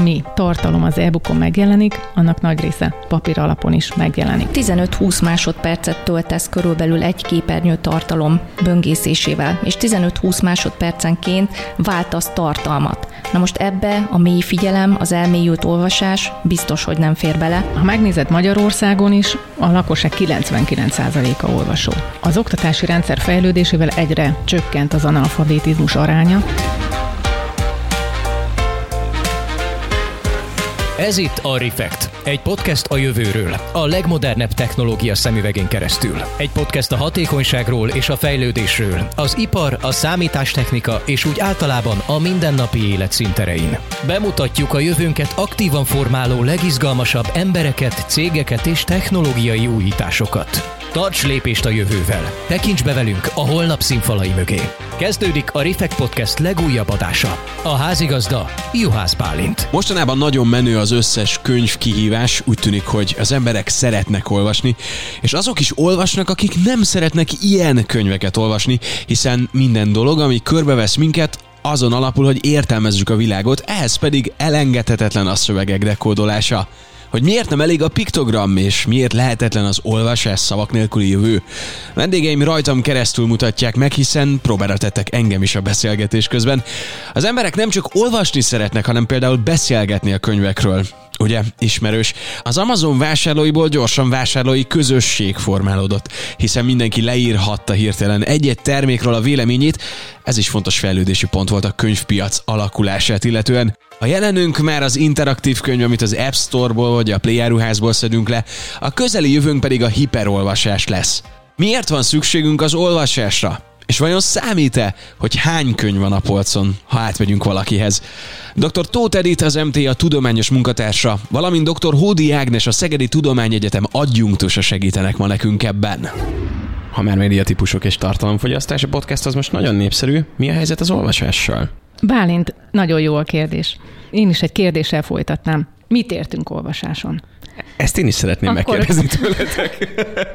ami tartalom az e-bookon megjelenik, annak nagy része papír alapon is megjelenik. 15-20 másodpercet töltesz körülbelül egy képernyő tartalom böngészésével, és 15-20 másodpercenként váltasz tartalmat. Na most ebbe a mély figyelem, az elmélyült olvasás biztos, hogy nem fér bele. Ha megnézed Magyarországon is, a lakosság 99%-a olvasó. Az oktatási rendszer fejlődésével egyre csökkent az analfabetizmus aránya. Ez itt a Refekt, egy podcast a jövőről, a legmodernebb technológia szemüvegén keresztül. Egy podcast a hatékonyságról és a fejlődésről, az ipar, a számítástechnika és úgy általában a mindennapi élet színterein. Bemutatjuk a jövőnket aktívan formáló legizgalmasabb embereket, cégeket és technológiai újításokat. Tarts lépést a jövővel! Tekints be velünk a holnap színfalai mögé! Kezdődik a Refekt Podcast legújabb adása. A házigazda Juhász Bálint. Mostanában nagyon menő az összes könyvkihívás, úgy tűnik, hogy az emberek szeretnek olvasni, és azok is olvasnak, akik nem szeretnek ilyen könyveket olvasni, hiszen minden dolog, ami körbevesz minket, azon alapul, hogy értelmezzük a világot, ehhez pedig elengedhetetlen a szövegek dekódolása. Hogy miért nem elég a piktogram, és miért lehetetlen az olvasás szavak nélküli jövő. Vendégeim rajtam keresztül mutatják meg, hiszen próbára tettek engem is a beszélgetés közben. Az emberek nem csak olvasni szeretnek, hanem például beszélgetni a könyvekről. Ugye, ismerős. Az Amazon vásárlóiból gyorsan vásárlói közösség formálódott, hiszen mindenki leírhatta hirtelen egy-egy termékről a véleményét, ez is fontos fejlődési pont volt a könyvpiac alakulását illetően. A jelenünk már az interaktív könyv, amit az App Store-ból vagy a Play áruházból szedünk le, a közeli jövőnk pedig a hiperolvasás lesz. Miért van szükségünk az olvasásra? És vajon számít-e, hogy hány könyv van a polcon, ha átmegyünk valakihez? Dr. Tóth Edith, az MTA tudományos munkatársa, valamint dr. Hódi Ágnes, a Szegedi Tudományegyetem adjunktusa segítenek ma nekünk ebben. Ha már médiatípusok és tartalomfogyasztás, a podcast az most nagyon népszerű. Mi a helyzet az olvasással? Bálint, nagyon jó a kérdés. Én is egy kérdéssel folytatnám. Mit értünk olvasáson? Ezt én is szeretném megkérdezni tőletek.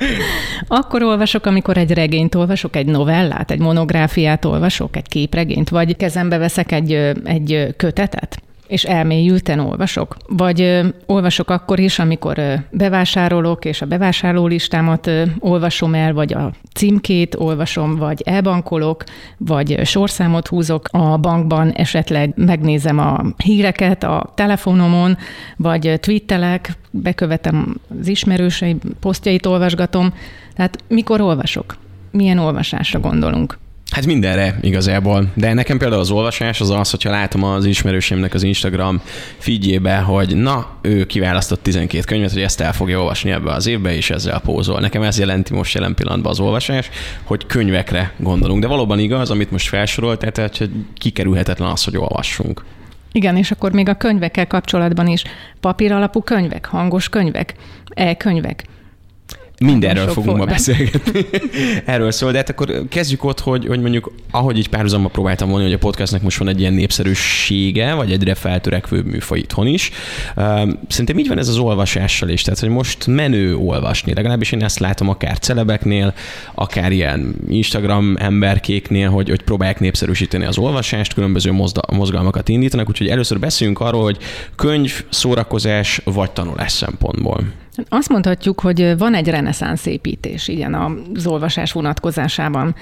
Akkor olvasok, amikor egy regényt olvasok, egy novellát, egy monográfiát olvasok, egy képregényt, vagy kezembe veszek egy kötetet, és elmélyülten olvasok. Vagy olvasok akkor is, amikor bevásárolok, és a bevásárlólistámat olvasom el, vagy a címkét olvasom, vagy elbankolok, vagy sorszámot húzok a bankban, esetleg megnézem a híreket a telefonomon, vagy twittelek, bekövetem az ismerőseim posztjait olvasgatom. Tehát mikor olvasok? Milyen olvasásra gondolunk? Hát mindenre igazából, de nekem például az olvasás az, hogyha látom az ismerőseimnek az Instagram feedjébe, hogy na, ő kiválasztott 12 könyvet, hogy ezt el fogja olvasni ebbe az évbe, és ezzel pózol. Nekem ez jelenti most jelen pillanatban az olvasás, hogy könyvekre gondolunk. De valóban igaz, amit most felsorolt, tehát hogy kikerülhetetlen az, hogy olvassunk. Igen, és akkor még a könyvekkel kapcsolatban is papír alapú könyvek, hangos könyvek, e-könyvek. Mindenről fogunk ma beszélgetni. Erről szól, de hát akkor kezdjük ott, hogy mondjuk, ahogy így párhuzamba próbáltam volna, hogy a podcastnak most van egy ilyen népszerűsége, vagy egyre feltörekvő műfaj itthon is. Szerintem így van ez az olvasással is, tehát hogy most menő olvasni. Legalábbis én ezt látom akár celebeknél, akár ilyen Instagram emberkéknél, hogy próbálják népszerűsíteni az olvasást, különböző mozgalmakat indítanak, úgyhogy először beszéljünk arról, hogy könyv, szórakozás vagy tanulás szempontból. Azt mondhatjuk, hogy van egy reneszánsz építés, igen, az olvasás vonatkozásában.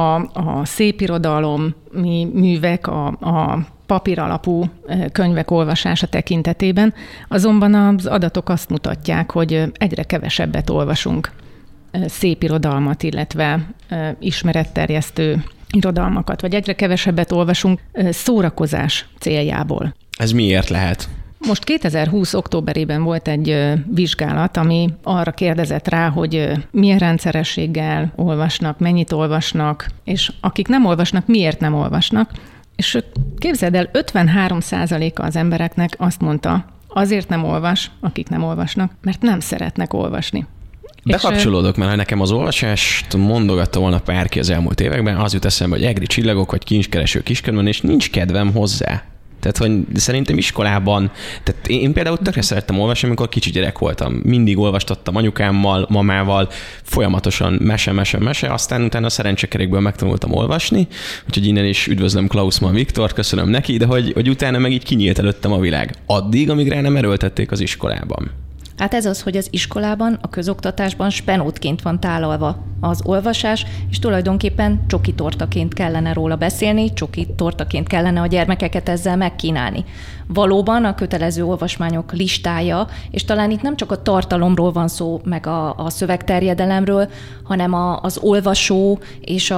A szépirodalom művek, a papír alapú könyvek olvasása tekintetében, azonban az adatok azt mutatják, hogy egyre kevesebbet olvasunk szépirodalmat, illetve ismeretterjesztő irodalmakat, vagy egyre kevesebbet olvasunk szórakozás céljából. Ez miért lehet? Most 2020. októberében volt egy vizsgálat, ami arra kérdezett rá, hogy milyen rendszerességgel olvasnak, mennyit olvasnak, és akik nem olvasnak, miért nem olvasnak. És képzeld el, 53%-a az embereknek azt mondta, azért nem olvas, akik nem olvasnak, mert nem szeretnek olvasni. Bekapcsolódok, mert ha nekem az olvasást mondogatta volna bárki az elmúlt években, az jut eszembe, hogy egri csillagok, vagy kincskereső kiskedven, és nincs kedvem hozzá. Tehát, hogy szerintem iskolában, tehát én például tökre szerettem olvasni, amikor kicsi gyerek voltam. Mindig olvastattam anyukámmal, mamával, folyamatosan mese, aztán utána a szerencsekerékből megtanultam olvasni, úgyhogy innen is üdvözlöm Klausmann Viktor, köszönöm neki, de hogy utána meg így kinyílt előttem a világ. Addig, amíg rá nem erőltették az iskolában. Hát ez az, hogy az iskolában, a közoktatásban spenótként van tálalva az olvasás, és tulajdonképpen csoki tortaként kellene róla beszélni, csoki tortaként kellene a gyermekeket ezzel megkínálni. Valóban a kötelező olvasmányok listája, és talán itt nem csak a tartalomról van szó, meg a szövegterjedelemről, hanem az olvasó és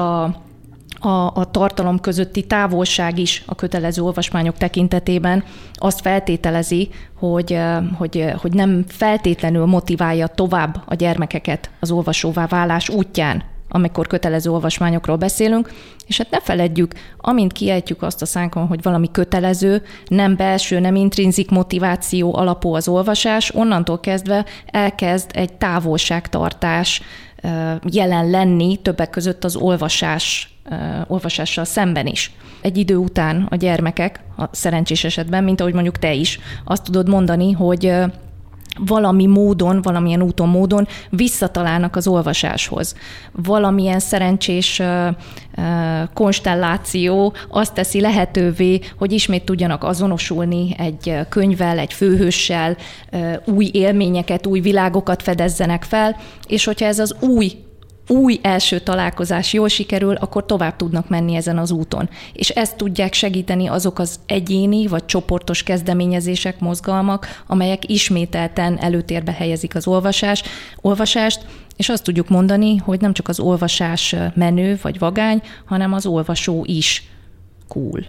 a tartalom közötti távolság is a kötelező olvasmányok tekintetében azt feltételezi, hogy nem feltétlenül motiválja tovább a gyermekeket az olvasóvá válás útján, amikor kötelező olvasmányokról beszélünk, és hát ne feledjük, amint kiejtjük azt a szánkon, hogy valami kötelező, nem belső, nem intrinzik motiváció alapú az olvasás, onnantól kezdve elkezd egy távolságtartás jelen lenni többek között az olvasással szemben is. Egy idő után a gyermekek, a szerencsés esetben, mint ahogy mondjuk te is, azt tudod mondani, hogy valamilyen úton, módon visszatalálnak az olvasáshoz. Valamilyen szerencsés konstelláció azt teszi lehetővé, hogy ismét tudjanak azonosulni egy könyvvel, egy főhőssel, új élményeket, új világokat fedezzenek fel, és hogyha ez az új első találkozás jól sikerül, akkor tovább tudnak menni ezen az úton. És ezt tudják segíteni azok az egyéni vagy csoportos kezdeményezések, mozgalmak, amelyek ismételten előtérbe helyezik az olvasást, és azt tudjuk mondani, hogy nem csak az olvasás menő vagy vagány, hanem az olvasó is cool.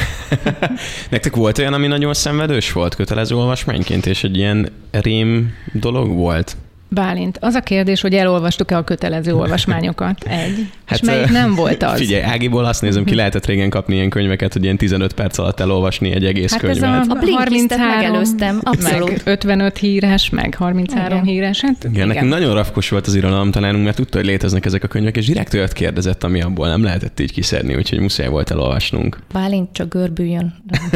Nektek volt olyan, ami nagyon szenvedős volt kötelező olvasmányként, és egy ilyen rém dolog volt? Bálint, az a kérdés, hogy elolvastuk-e a kötelező olvasmányokat? És melyik nem volt az? Figyelj, Ágiból azt nézem, ki lehetett régen kapni ilyen könyveket, hogy ilyen 15 perc alatt elolvasni egy egész könyvet. Hát ez a Blinkistet megelőztem, abszolút. Meg 55 híres, meg 33 híres. Hát, igen, nekünk nagyon rafkos volt az irodalomtanárunk, mert tudta, hogy léteznek ezek a könyvek, és direkt olyat kérdezett, ami abból nem lehetett így kiszedni, úgyhogy muszáj volt elolvasnunk. Bálint, csak görbüljön.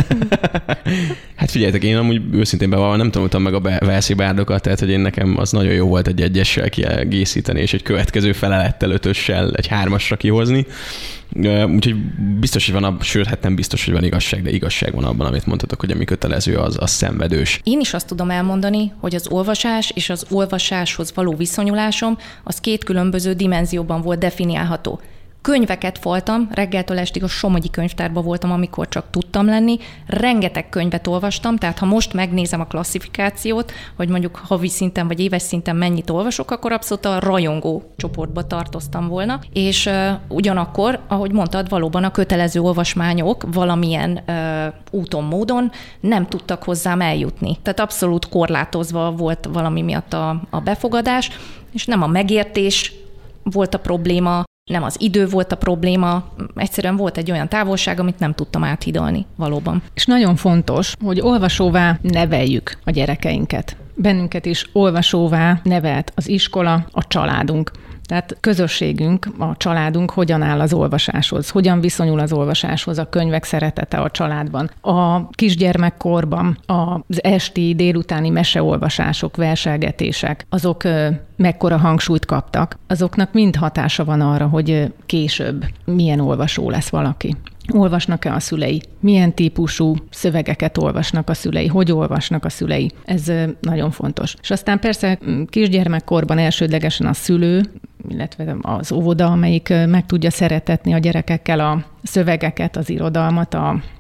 Hát figyeljetek, én amúgy őszintén bevallva nem tanultam meg a Velszi bárdokat, tehát hogy én nekem az nagyon jó volt egy egyessel kiegészíteni, és egy következő felelettel, 5-össel, egy 3-asra kihozni. Úgyhogy biztos, hogy van, sőt, hát nem biztos, hogy van igazság, de igazság van abban, amit mondtatok, hogy ami kötelező, az szenvedős. Én is azt tudom elmondani, hogy az olvasás és az olvasáshoz való viszonyulásom az 2 különböző dimenzióban volt definiálható. Könyveket voltam, reggeltől estig a Somogyi könyvtárban voltam, amikor csak tudtam lenni. Rengeteg könyvet olvastam, tehát ha most megnézem a klasszifikációt, hogy mondjuk havi szinten vagy éves szinten mennyit olvasok, akkor abszolút a rajongó csoportba tartoztam volna. És ugyanakkor, ahogy mondtad, valóban a kötelező olvasmányok valamilyen úton, módon nem tudtak hozzám eljutni. Tehát abszolút korlátozva volt valami miatt a befogadás, és nem a megértés volt a probléma, nem az idő volt a probléma, egyszerűen volt egy olyan távolság, amit nem tudtam áthidalni valóban. És nagyon fontos, hogy olvasóvá neveljük a gyerekeinket. Bennünket is olvasóvá nevelt az iskola, a családunk. Tehát közösségünk, a családunk hogyan áll az olvasáshoz, hogyan viszonyul az olvasáshoz, a könyvek szeretete a családban. A kisgyermekkorban az esti, délutáni meseolvasások, verselgetések, azok mekkora hangsúlyt kaptak, azoknak mind hatása van arra, hogy később milyen olvasó lesz valaki. Olvasnak-e a szülei? Milyen típusú szövegeket olvasnak a szülei? Hogy olvasnak a szülei? Ez nagyon fontos. És aztán persze kisgyermekkorban elsődlegesen a szülő, illetve az óvoda, amelyik meg tudja szeretetni a gyerekekkel a szövegeket, az irodalmat,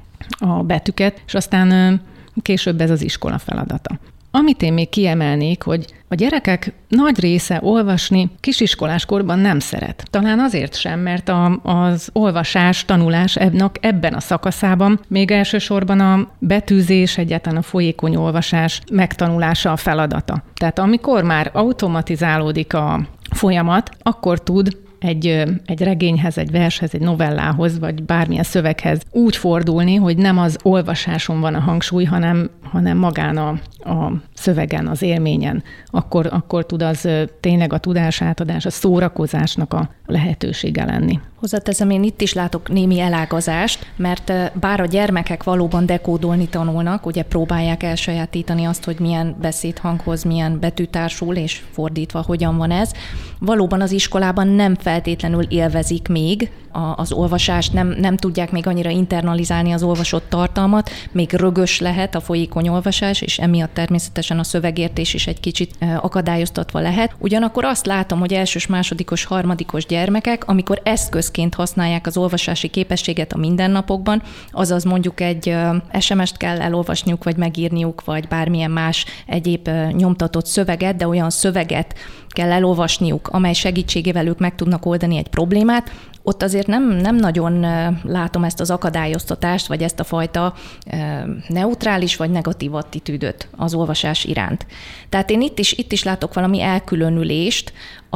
a betűket, és aztán később ez az iskola feladata. Amit én még kiemelnék, hogy a gyerekek nagy része olvasni kisiskolás korban nem szeret. Talán azért sem, mert az olvasás, tanulás ebben a szakaszában még elsősorban a betűzés, egyáltalán a folyékony olvasás megtanulása a feladata. Tehát amikor már automatizálódik a folyamat, akkor tud egy regényhez, egy vershez, egy novellához, vagy bármilyen szöveghez úgy fordulni, hogy nem az olvasáson van a hangsúly, hanem magán a szövegen, az élményen. Akkor tud az tényleg a tudásátadás, a szórakozásnak a lehetősége lenni. Hozzáteszem, én itt is látok némi elágazást, mert bár a gyermekek valóban dekódolni tanulnak, ugye próbálják elsajátítani azt, hogy milyen beszédhanghoz milyen betű társul, és fordítva hogyan van ez. Valóban az iskolában nem feltétlenül élvezik még az olvasást, nem tudják még annyira internalizálni az olvasott tartalmat, még rögös lehet a folyékony olvasás, és emiatt természetesen a szövegértés is egy kicsit akadályoztatva lehet. Ugyanakkor azt látom, hogy elsős, másodikos, harmadikos gyermekek, amikor eszközként használják az olvasási képességet a mindennapokban, azaz mondjuk egy SMS-t kell elolvasniuk, vagy megírniuk, vagy bármilyen más egyéb nyomtatott szöveget, de olyan szöveget kell elolvasniuk, amely segítségével ők meg tudnak oldani egy problémát, ott azért nem nagyon látom ezt az akadályoztatást, vagy ezt a fajta neutrális vagy negatív attitűdöt az olvasás iránt. Tehát én itt is látok valami elkülönülést,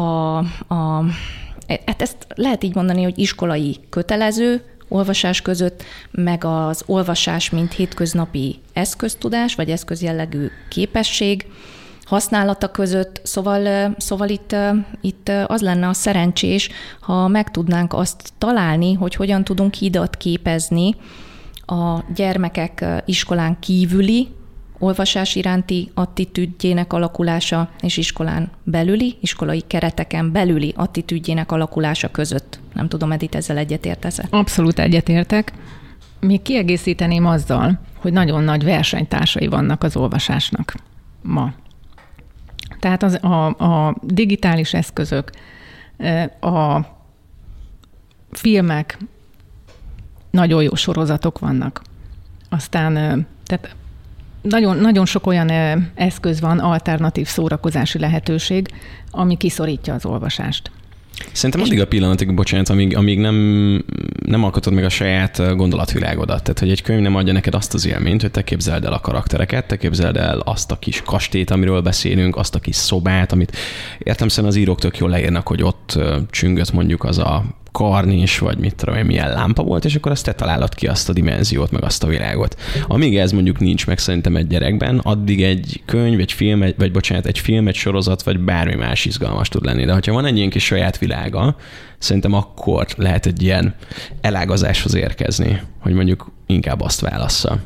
hát ezt lehet így mondani, hogy iskolai kötelező olvasás között, meg az olvasás, mint hétköznapi eszköztudás, vagy eszközjellegű képesség használata között, szóval itt az lenne a szerencsés, ha meg tudnánk azt találni, hogy hogyan tudunk hidat képezni a gyermekek iskolán kívüli olvasás iránti attitűdjének alakulása és iskolán belüli, iskolai kereteken belüli attitűdjének alakulása között. Nem tudom, Edith, ezzel egyetértesz-e? Abszolút egyetértek. Még kiegészíteném azzal, hogy nagyon nagy versenytársai vannak az olvasásnak ma. Tehát a digitális eszközök, a filmek, nagyon jó sorozatok vannak. Aztán tehát nagyon, nagyon sok olyan eszköz van, alternatív szórakozási lehetőség, ami kiszorítja az olvasást. Szerintem addig a pillanatig, bocsánat, amíg nem alkotod meg a saját gondolatvilágodat. Tehát, hogy egy könyv nem adja neked azt az élményt, hogy te képzeld el a karaktereket, te képzeld el azt a kis kastélyt, amiről beszélünk, azt a kis szobát, amit értelemszerűen az írók tök jól leírnak, hogy ott csüngött mondjuk az a karnis, vagy mit tudom én, milyen lámpa volt, és akkor azt te találod ki azt a dimenziót, meg azt a világot. Amíg ez mondjuk nincs meg szerintem egy gyerekben, addig egy könyv, egy film, egy film, egy sorozat, vagy bármi más izgalmas tud lenni. De hogyha van egy ilyen kis saját világa, szerintem akkor lehet egy ilyen elágazáshoz érkezni, hogy mondjuk inkább azt válassza.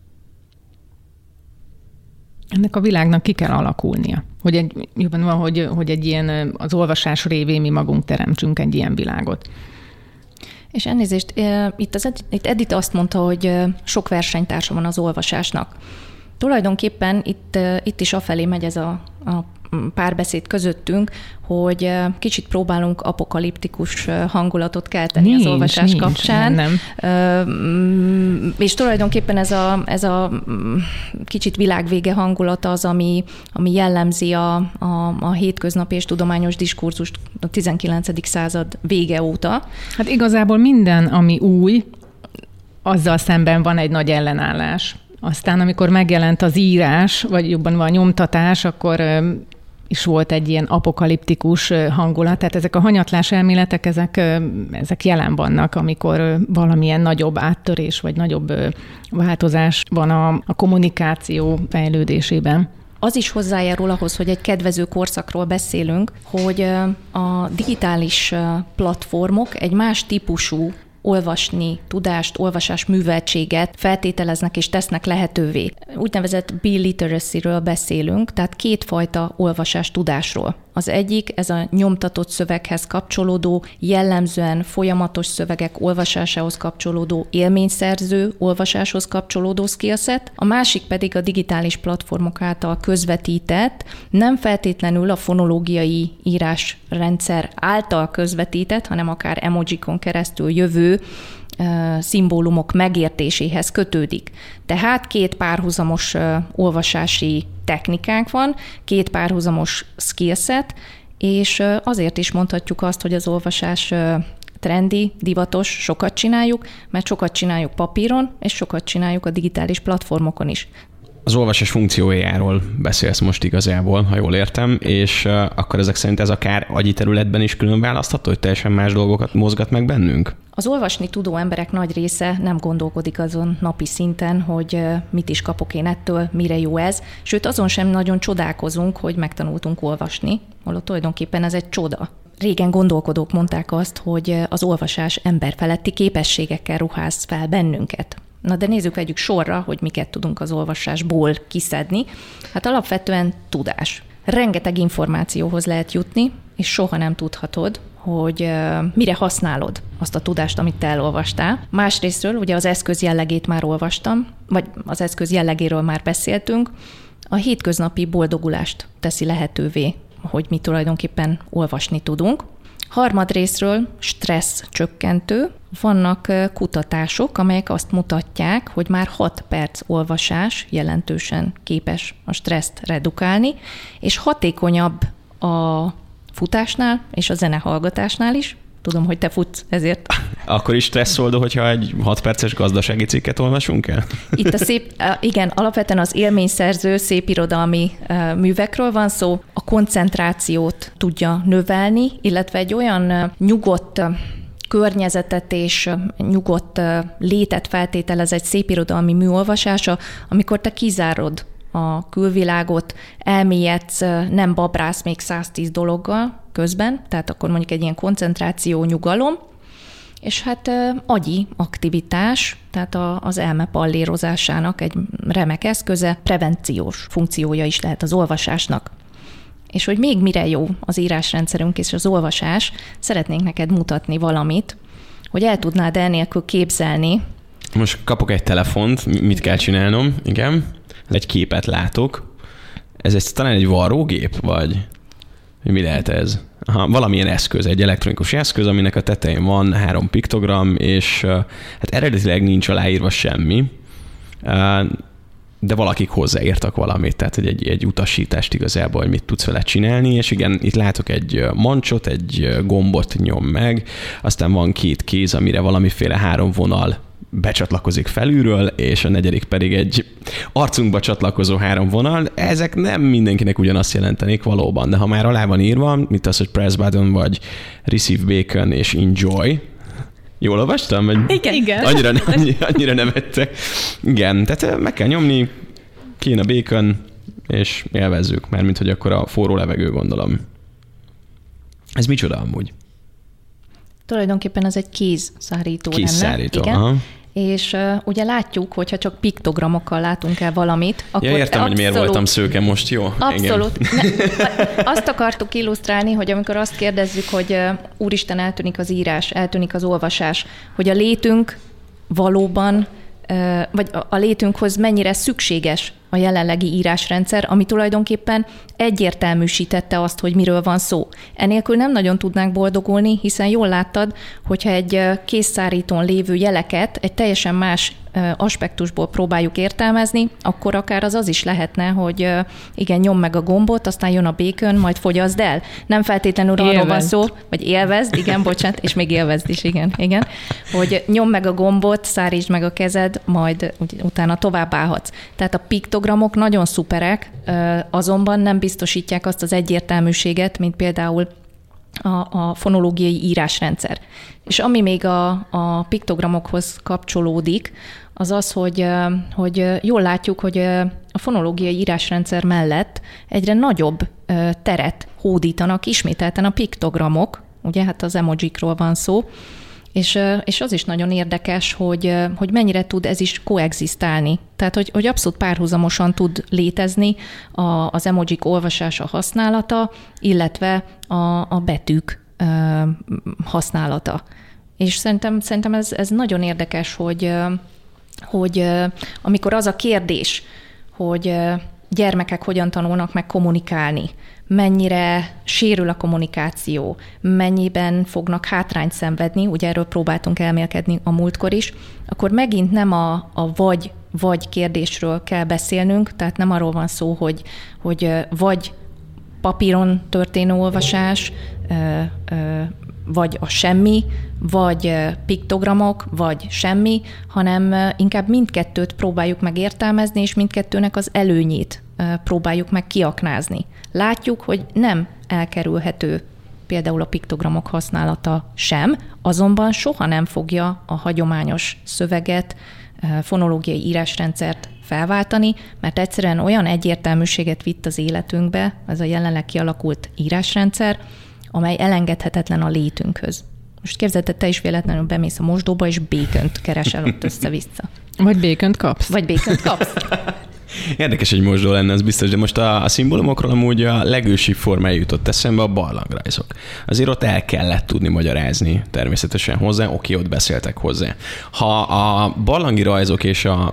Ennek a világnak ki kell alakulnia. Hogy egy ilyen, az olvasás révén mi magunk teremtsünk egy ilyen világot. És elnézést, itt Edith azt mondta, hogy sok versenytársa van az olvasásnak. Tulajdonképpen itt is afelé megy ez a párbeszéd közöttünk, hogy kicsit próbálunk apokaliptikus hangulatot kelteni az olvasás kapcsán. Nem. És tulajdonképpen ez a kicsit világvége hangulat az, ami jellemzi a hétköznapi és tudományos diskurzust a 19. század vége óta. Hát igazából minden, ami új, azzal szemben van egy nagy ellenállás. Aztán, amikor megjelent az írás, vagy jobban van a nyomtatás, akkor is volt egy ilyen apokaliptikus hangulat. Tehát ezek a hanyatlás elméletek, ezek jelen vannak, amikor valamilyen nagyobb áttörés, vagy nagyobb változás van a kommunikáció fejlődésében. Az is hozzájárul ahhoz, hogy egy kedvező korszakról beszélünk, hogy a digitális platformok egy más típusú olvasni tudást, olvasás műveltséget feltételeznek és tesznek lehetővé. Úgynevezett biliteracy-ről beszélünk, tehát kétfajta olvasás tudásról. Az egyik, ez a nyomtatott szöveghez kapcsolódó, jellemzően folyamatos szövegek olvasásához kapcsolódó élményszerző, olvasáshoz kapcsolódó skillset, a másik pedig a digitális platformok által közvetített, nem feltétlenül a fonológiai írásrendszer által közvetített, hanem akár emojikon keresztül jövő szimbólumok megértéséhez kötődik. Tehát két párhuzamos olvasási technikánk van, két párhuzamos skillset, és azért is mondhatjuk azt, hogy az olvasás trendi, divatos, sokat csináljuk, mert sokat csináljuk papíron, és sokat csináljuk a digitális platformokon is. Az olvasás funkciójáról beszélsz most igazából, ha jól értem, és akkor ezek szerint ez akár agyi területben is külön választható, hogy teljesen más dolgokat mozgat meg bennünk? Az olvasni tudó emberek nagy része nem gondolkodik azon napi szinten, hogy mit is kapok én ettől, mire jó ez, sőt azon sem nagyon csodálkozunk, hogy megtanultunk olvasni, holott tulajdonképpen ez egy csoda. Régen gondolkodók mondták azt, hogy az olvasás emberfeletti képességekkel ruház fel bennünket. Na de nézzük, vegyük sorra, hogy miket tudunk az olvasásból kiszedni. Hát alapvetően tudás. Rengeteg információhoz lehet jutni, és soha nem tudhatod, hogy mire használod azt a tudást, amit te elolvastál. Másrésztről ugye az eszköz jellegét már olvastam, vagy az eszköz jellegéről már beszéltünk. A hétköznapi boldogulást teszi lehetővé, hogy mi tulajdonképpen olvasni tudunk. Harmadrészről stressz csökkentő. Vannak kutatások, amelyek azt mutatják, hogy már 6 perc olvasás jelentősen képes a stresszt redukálni, és hatékonyabb a futásnál és a zenehallgatásnál is. Tudom, hogy te futsz, ezért. Akkor is stresszoldó, hogyha egy 6 perces gazdasági cikket olvasunk el? Itt igen, alapvetően az élményszerző szépirodalmi művekről van szó. A koncentrációt tudja növelni, illetve egy olyan nyugodt környezetet és nyugodt létet feltételez egy szépirodalmi mű olvasása, amikor te kizárod a külvilágot, elmélyedsz, nem babrász még 110 dologgal közben, tehát akkor mondjuk egy ilyen koncentráció, nyugalom, és hát agyi aktivitás, tehát az elme pallérozásának egy remek eszköze, prevenciós funkciója is lehet az olvasásnak. És hogy még mire jó az írásrendszerünk és az olvasás, szeretnénk neked mutatni valamit, hogy el tudnád enélkül képzelni. Most kapok egy telefont, mit kell csinálnom? Igen. Egy képet látok. Ez talán egy varrógép, vagy mi lehet ez? Aha, valamilyen eszköz, egy elektronikus eszköz, aminek a tetején van 3 piktogram, és hát eredetileg nincs aláírva semmi, de valakik hozzáírtak valamit, tehát egy utasítást igazából, hogy mit tudsz vele csinálni, és igen, itt látok egy mancsot, egy gombot nyom meg, aztán van 2 kéz, amire valamiféle 3 vonal becsatlakozik felülről, és a 4. pedig egy arcunkba csatlakozó 3 vonal. Ezek nem mindenkinek ugyanazt jelentenék valóban, de ha már alá van írva, mint az, hogy press button, vagy receive bacon és enjoy. Jól olvastam? Vagy igen. Annyira nevettek. Igen, tehát meg kell nyomni, kijön a bacon, és élvezzük, mert mint hogy akkor a forró levegő, gondolom. Ez micsoda amúgy? Tulajdonképpen ez egy kézszárító lenne. Kézszárító, igen. Aha. És ugye látjuk, hogyha csak piktogramokkal látunk el valamit, akkor értem, hogy miért voltam szőke most, jó? Abszolút. Azt akartuk illusztrálni, hogy amikor azt kérdezzük, hogy úristen, eltűnik az írás, eltűnik az olvasás, hogy a létünk valóban, vagy a létünkhoz mennyire szükséges a jelenlegi írásrendszer, ami tulajdonképpen egyértelműsítette azt, hogy miről van szó. Enélkül nem nagyon tudnánk boldogulni, hiszen jól láttad, hogyha egy kézszárítón lévő jeleket egy teljesen más aspektusból próbáljuk értelmezni, akkor akár az is lehetne, hogy igen, nyom meg a gombot, aztán jön a bacon, majd fogyaszd el. Nem feltétlenül arról van szó, vagy élvezd, igen, bocsánat, és még élvezd is, igen, hogy nyom meg a gombot, szárítsd meg a kezed, majd utána tovább állhatsz. Tehát a piktogramok nagyon szuperek, azonban nem biztosítják azt az egyértelműséget, mint például a fonológiai írásrendszer. És ami még a piktogramokhoz kapcsolódik, az az, hogy jól látjuk, hogy a fonológiai írásrendszer mellett egyre nagyobb teret hódítanak ismételten a piktogramok, ugye hát az emojikról van szó, és az is nagyon érdekes, hogy mennyire tud ez is koegzisztálni. Tehát, hogy abszolút párhuzamosan tud létezni az emojik olvasása, használata, illetve a betűk használata. És szerintem ez nagyon érdekes, hogy amikor az a kérdés, hogy gyermekek hogyan tanulnak meg kommunikálni, mennyire sérül a kommunikáció, mennyiben fognak hátrányt szenvedni, ugye erről próbáltunk elmélkedni a múltkor is, akkor megint nem a vagy kérdésről kell beszélnünk, tehát nem arról van szó, hogy vagy papíron történő olvasás, vagy a semmi, vagy piktogramok, vagy semmi, hanem inkább mindkettőt próbáljuk meg értelmezni, és mindkettőnek az előnyét próbáljuk meg kiaknázni. Látjuk, hogy nem elkerülhető például a piktogramok használata sem, azonban soha nem fogja a hagyományos szöveget, fonológiai írásrendszert felváltani, mert egyszerűen olyan egyértelműséget vitt az életünkbe, ez a jelenleg kialakult írásrendszer, amely elengedhetetlen a létünkhöz. Most képzeld, te is véletlenül bemész a mosdóba, és békönt keresel ott össze-vissza. Vagy békönt kapsz. Érdekes egy mosdó lenne, ez biztos, de most a szimbólumokról amúgy a legősibb formája jutott eszembe, a barlangrajzok. Azért ott el kellett tudni magyarázni természetesen hozzá, ott beszéltek hozzá. Ha a barlangi rajzok és a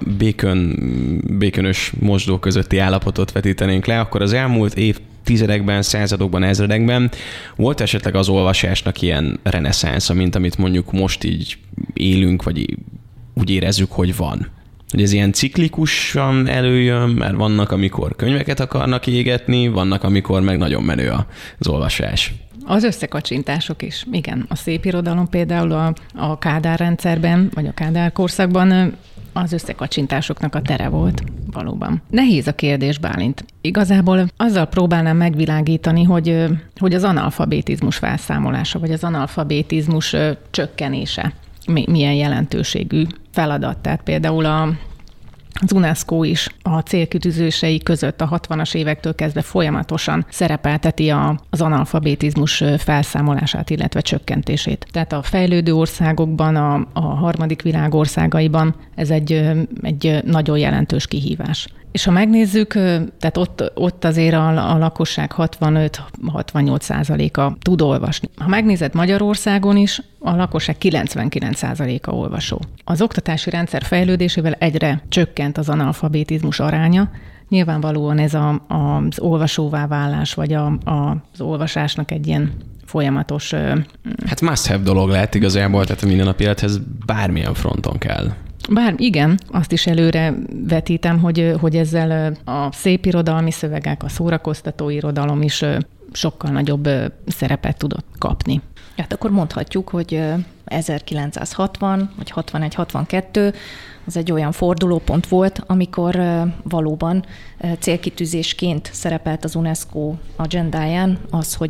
békönös mosdó közötti állapotot vetítenénk le, akkor az elmúlt évtizedekben, századokban, ezredekben volt esetleg az olvasásnak ilyen reneszánsza, mint amit mondjuk most így élünk, vagy úgy érezzük, hogy van. Hogy ez ilyen ciklikusan előjön, mert vannak, amikor könyveket akarnak égetni, vannak, amikor meg nagyon menő az olvasás. Az összekacsintások is. Igen, a szép irodalom például a Kádár rendszerben, vagy a Kádár korszakban az összekacsintásoknak a tere volt, valóban. Nehéz a kérdés, Bálint. Igazából azzal próbálnám megvilágítani, hogy az analfabetizmus felszámolása, vagy az analfabetizmus csökkenése milyen jelentőségű feladat. Tehát például az UNESCO is a célkitűzései között a 60-as évektől kezdve folyamatosan szerepelteti az analfabetizmus felszámolását, illetve csökkentését. Tehát a fejlődő országokban, a harmadik világ országaiban ez egy nagyon jelentős kihívás. És ha megnézzük, tehát ott azért a lakosság 65-68%-a tud olvasni. Ha megnézed Magyarországon is, a lakosság 99%-a olvasó. Az oktatási rendszer fejlődésével egyre csökkent az analfabetizmus aránya. Nyilvánvalóan ez az olvasóvá válás, vagy az olvasásnak egy ilyen folyamatos... Hát must have dolog lehet igazából, tehát a mindennapi élethez bármilyen fronton kell. Bár igen, azt is előre vetítem, hogy ezzel a szép irodalmi szövegek, a szórakoztató irodalom is sokkal nagyobb szerepet tudott kapni. Hát akkor mondhatjuk, hogy 1960 vagy 61-62 az egy olyan fordulópont volt, amikor valóban célkitűzésként szerepelt az UNESCO agendáján az, hogy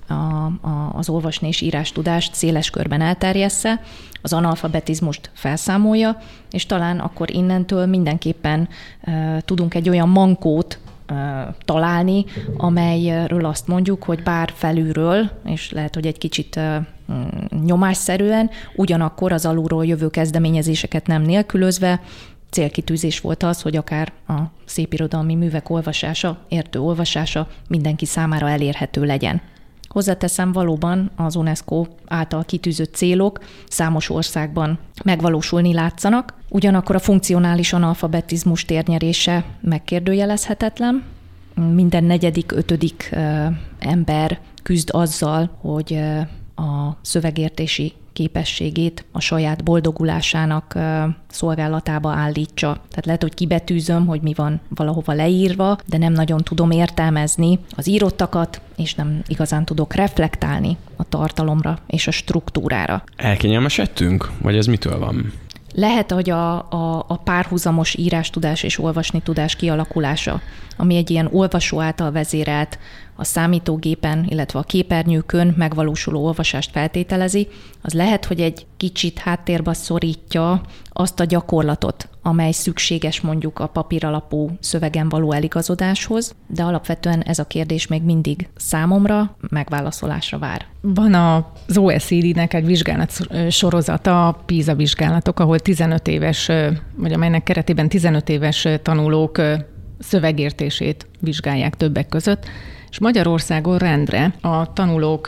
az olvasni és írástudást széles körben elterjessze, az analfabetizmust felszámolja, és talán akkor innentől mindenképpen tudunk egy olyan mankót találni, amelyről azt mondjuk, hogy bár felülről, és lehet, hogy egy kicsit nyomásszerűen, ugyanakkor az alulról jövő kezdeményezéseket nem nélkülözve célkitűzés volt az, hogy akár a szépirodalmi művek olvasása, értő olvasása mindenki számára elérhető legyen. Hozzáteszem, valóban az UNESCO által kitűzött célok számos országban megvalósulni látszanak, ugyanakkor a funkcionális analfabetizmus térnyerése megkérdőjelezhetetlen. Minden negyedik, ötödik ember küzd azzal, hogy a szövegértési képességét a saját boldogulásának szolgálatába állítsa. Tehát lehet, hogy kibetűzöm, hogy mi van valahova leírva, de nem nagyon tudom értelmezni az írottakat, és nem igazán tudok reflektálni a tartalomra és a struktúrára. Elkényelmesedtünk? Vagy ez mitől van? Lehet, hogy a párhuzamos írástudás és olvasni tudás kialakulása, ami egy ilyen olvasó által vezérelt, a számítógépen, illetve a képernyőkön megvalósuló olvasást feltételezi, az lehet, hogy egy kicsit háttérbe szorítja azt a gyakorlatot, amely szükséges mondjuk a papíralapú szövegen való eligazodáshoz, de alapvetően ez a kérdés még mindig számomra megválaszolásra vár. Van az OECD-nek egy vizsgálat sorozata, a PISA vizsgálatok, ahol 15 éves, vagy amelynek keretében 15 éves tanulók szövegértését vizsgálják többek között, és Magyarországon rendre a tanulók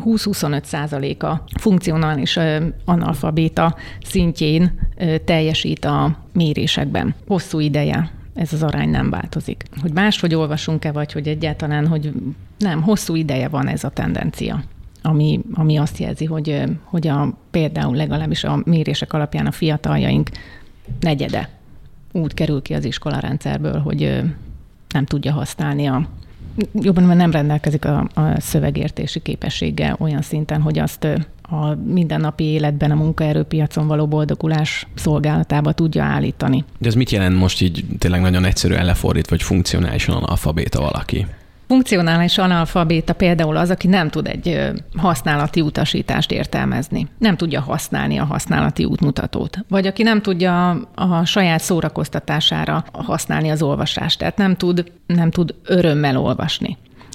20-25%-a funkcionális analfabéta szintjén teljesít a mérésekben. Hosszú ideje ez az arány nem változik. Hogy máshogy olvasunk-e, vagy hogy egyáltalán, hogy nem, hosszú ideje van ez a tendencia, ami azt jelzi, hogy például legalábbis a mérések alapján a fiataljaink negyede úgy kerül ki az iskolarendszerből, hogy nem tudja használni jobban, mert nem rendelkezik a szövegértési képességgel olyan szinten, hogy azt a mindennapi életben a munkaerőpiacon való boldogulás szolgálatába tudja állítani. De ez mit jelent most így tényleg nagyon egyszerűen lefordítva, hogy funkcionálisan analfabéta valaki? Funkcionális analfabéta például az, aki nem tud egy használati utasítást értelmezni. Nem tudja használni a használati útmutatót. Vagy aki nem tudja a saját szórakoztatására használni az olvasást. Tehát nem tud örömmel olvasni.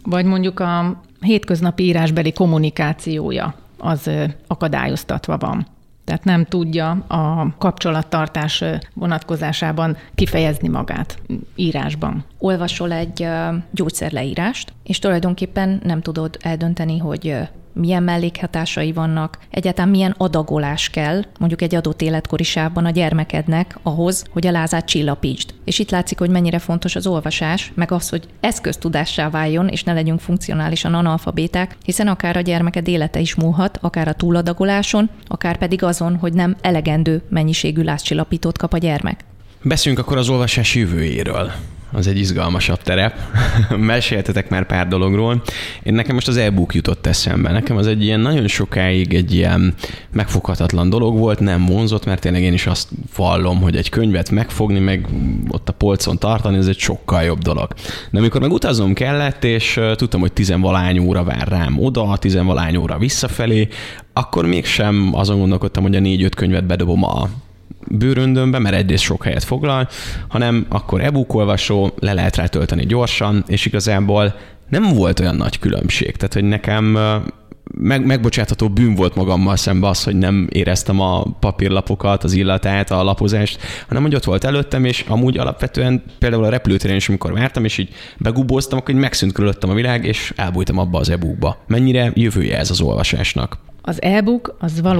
vagy mondjuk a hétköznapi írásbeli kommunikációja az akadályoztatva van. Tehát nem tudja a kapcsolattartás vonatkozásában kifejezni magát írásban. Olvasol egy gyógyszerleírást, és tulajdonképpen nem tudod eldönteni, hogy milyen mellékhatásai vannak, egyáltalán milyen adagolás kell mondjuk egy adott életkori sávban a gyermekednek ahhoz, hogy a lázát csillapítsd. És itt látszik, hogy mennyire fontos az olvasás, meg az, hogy eszköztudássá váljon, és ne legyünk funkcionálisan analfabéták, hiszen akár a gyermeked élete is múlhat, akár a túladagoláson, akár pedig azon, hogy nem elegendő mennyiségű lázcsillapítót kap a gyermek. Beszéljünk akkor az olvasás jövőjéről. Az egy izgalmasabb terep. Meséltetek már pár dologról. Nekem most az e-book jutott eszembe. Nekem az egy ilyen nagyon sokáig egy ilyen megfoghatatlan dolog volt, nem vonzott, mert tényleg én is azt vallom, hogy egy könyvet megfogni, meg ott a polcon tartani, ez egy sokkal jobb dolog. De amikor meg utaznom kellett, és tudtam, hogy 10-valány óra vár rám oda, 10-valány óra visszafelé, akkor mégsem azon gondolkodtam, hogy a 4-5 könyvet bedobom a bőröndömbe, mert egyrészt sok helyet foglal, hanem akkor e-book olvasó, le lehet rá tölteni gyorsan, és igazából nem volt olyan nagy különbség. Tehát, hogy nekem megbocsátható bűn volt magammal szemben az, hogy nem éreztem a papírlapokat, az illatát, a lapozást, hanem hogy ott volt előttem, és amúgy alapvetően például a repülőtéren is, amikor vártam, és így begubóztam, akkor így megszűnt körülöttem a világ, és elbújtam abba az e-bookba. Mennyire jövője ez az olvasásnak? Az e-book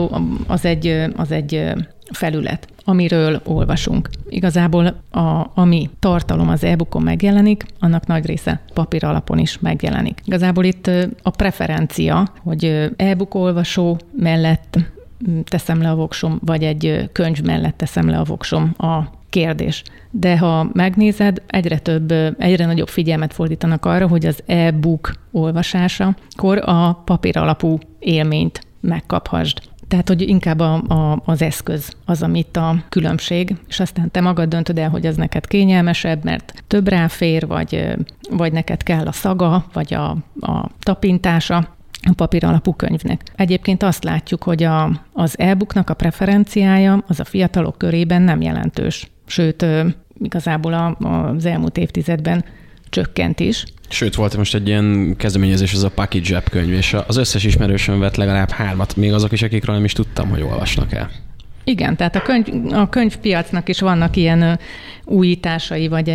az egy felület, amiről olvasunk. Igazából ami tartalom az e-bookon megjelenik, annak nagy része papír alapon is megjelenik. Igazából itt a preferencia, hogy e-book olvasó mellett teszem le a voksom, vagy egy könyv mellett teszem le a voksom a kérdés. De ha megnézed, egyre nagyobb figyelmet fordítanak arra, hogy az e-book olvasásakor a papír alapú élményt megkaphasd. Tehát, hogy inkább az eszköz az, amit a különbség, és aztán te magad döntöd el, hogy ez neked kényelmesebb, mert több ráfér, vagy neked kell a szaga, vagy a tapintása a papír alapú könyvnek. Egyébként azt látjuk, hogy az e-booknak a preferenciája az a fiatalok körében nem jelentős. Sőt, igazából az elmúlt évtizedben csökkent is. Sőt, volt most egy ilyen kezdeményezés, az a Package App könyv, és az összes ismerősöm vett legalább 3, még azok is, akikről nem is tudtam, hogy olvasnak el. Igen, tehát a könyvpiacnak is vannak ilyen újításai, vagy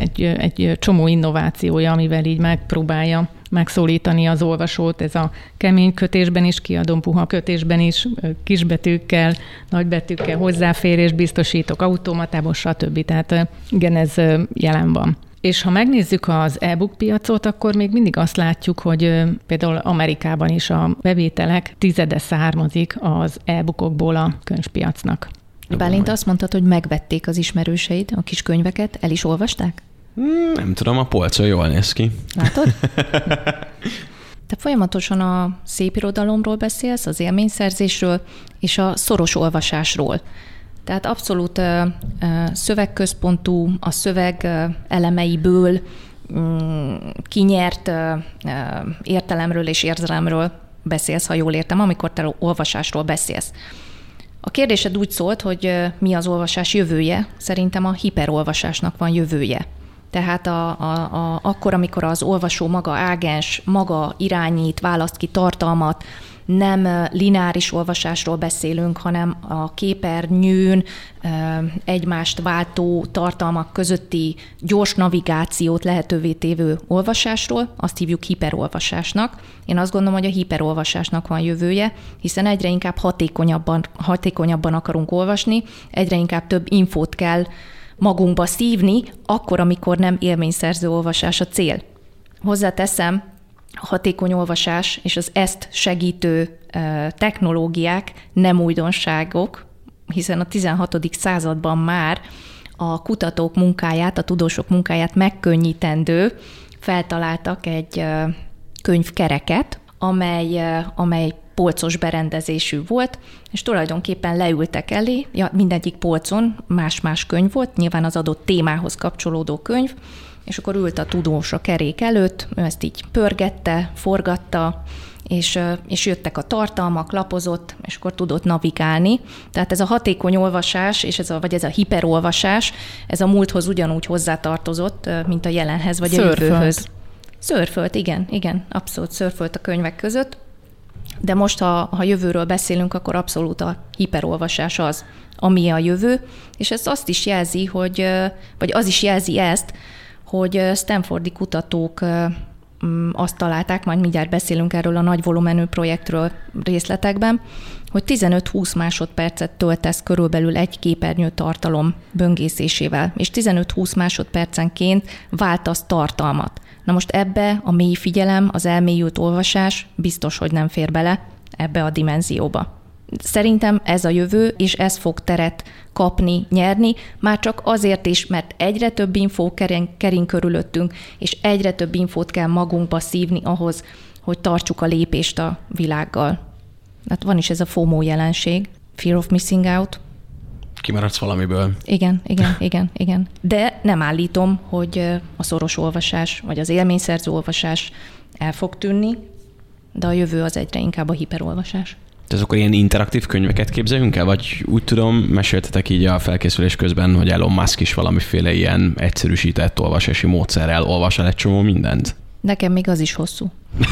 egy csomó innovációja, amivel így megpróbálja megszólítani az olvasót. Ez a kemény kötésben is, kiadom puha kötésben is, kisbetűkkel, nagybetűkkel, hozzáférés biztosítok, automatából, stb. Tehát igen, ez jelen van. És ha megnézzük az e-book piacot, akkor még mindig azt látjuk, hogy például Amerikában is a bevételek 10% származik az e-bookokból a könyvpiacnak. Bálint, azt mondtad, hogy megvették az ismerőseid a kis könyveket, el is olvasták? Nem tudom, a polcon jól néz ki. Látod? Te folyamatosan a szépirodalomról beszélsz, az élményszerzésről és a szoros olvasásról. Tehát abszolút szövegközpontú, a szöveg elemeiből kinyert értelemről és érzelemről beszélsz, ha jól értem, amikor te olvasásról beszélsz. A kérdésed úgy szólt, hogy mi az olvasás jövője. Szerintem a hiperolvasásnak van jövője. Tehát akkor, amikor az olvasó maga ágens, maga irányít, választ ki tartalmat, nem lineáris olvasásról beszélünk, hanem a képernyőn egymást váltó tartalmak közötti gyors navigációt lehetővé tévő olvasásról, azt hívjuk hiperolvasásnak. Én azt gondolom, hogy a hiperolvasásnak van jövője, hiszen egyre inkább hatékonyabban akarunk olvasni, egyre inkább több infót kell magunkba szívni, akkor, amikor nem élményszerző olvasás a cél. Hozzáteszem, a hatékony olvasás és az ezt segítő technológiák nem újdonságok, hiszen a 16. században már a kutatók munkáját, a tudósok munkáját megkönnyítendő feltaláltak egy könyvkereket, amely polcos berendezésű volt, és tulajdonképpen leültek elé, mindegyik polcon más-más könyv volt, nyilván az adott témához kapcsolódó könyv, és akkor ült a tudós a kerék előtt, ő ezt így pörgette, forgatta, és jöttek a tartalmak, lapozott, és akkor tudott navigálni. Tehát ez a hatékony olvasás, vagy ez a hiperolvasás, ez a múlthoz ugyanúgy hozzátartozott, mint a jelenhez, vagy a jövőhöz. Szörfölt, igen, abszolút szörfölt a könyvek között, de most, ha jövőről beszélünk, akkor abszolút a hiperolvasás az, ami a jövő, és ez azt is jelzi, vagy az is jelzi ezt, hogy stanfordi kutatók azt találták, majd mindjárt beszélünk erről a nagy volumenű projektről részletekben, hogy 15-20 másodpercet töltesz körülbelül egy képernyő tartalom böngészésével, és 15-20 másodpercenként váltasz tartalmat. Na most ebbe a mély figyelem, az elmélyült olvasás biztos, hogy nem fér bele ebbe a dimenzióba. Szerintem ez a jövő, és ez fog teret kapni, nyerni, már csak azért is, mert egyre több infó kering körülöttünk, és egyre több infót kell magunkba szívni ahhoz, hogy tartsuk a lépést a világgal. Hát van is ez a FOMO jelenség, Fear of Missing Out. Kimaradsz valamiből. Igen. De nem állítom, hogy a szoros olvasás, vagy az élményszerző olvasás el fog tűnni, de a jövő az egyre inkább a hiperolvasás. Tehát akkor ilyen interaktív könyveket képzeljünk el? Vagy úgy tudom, meséltetek így a felkészülés közben, hogy Elon Musk is valamiféle ilyen egyszerűsített olvasási módszerrel olvas el egy csomó mindent? Nekem még az is hosszú.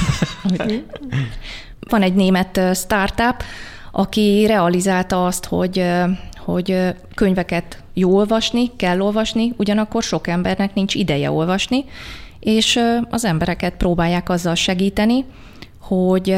Van egy német startup, aki realizálta azt, hogy könyveket jó olvasni, kell olvasni, ugyanakkor sok embernek nincs ideje olvasni, és az embereket próbálják azzal segíteni, hogy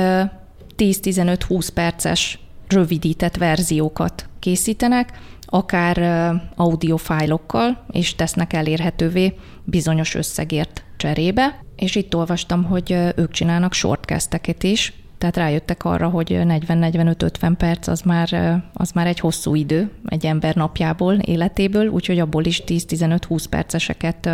10-15-20 perces rövidített verziókat készítenek, akár audiofájlokkal, és tesznek elérhetővé bizonyos összegért cserébe. És itt olvastam, hogy ők csinálnak shortcasteket is, tehát rájöttek arra, hogy 40-45-50 perc az már egy hosszú idő egy ember napjából, életéből, úgyhogy abból is 10-15-20 perceseket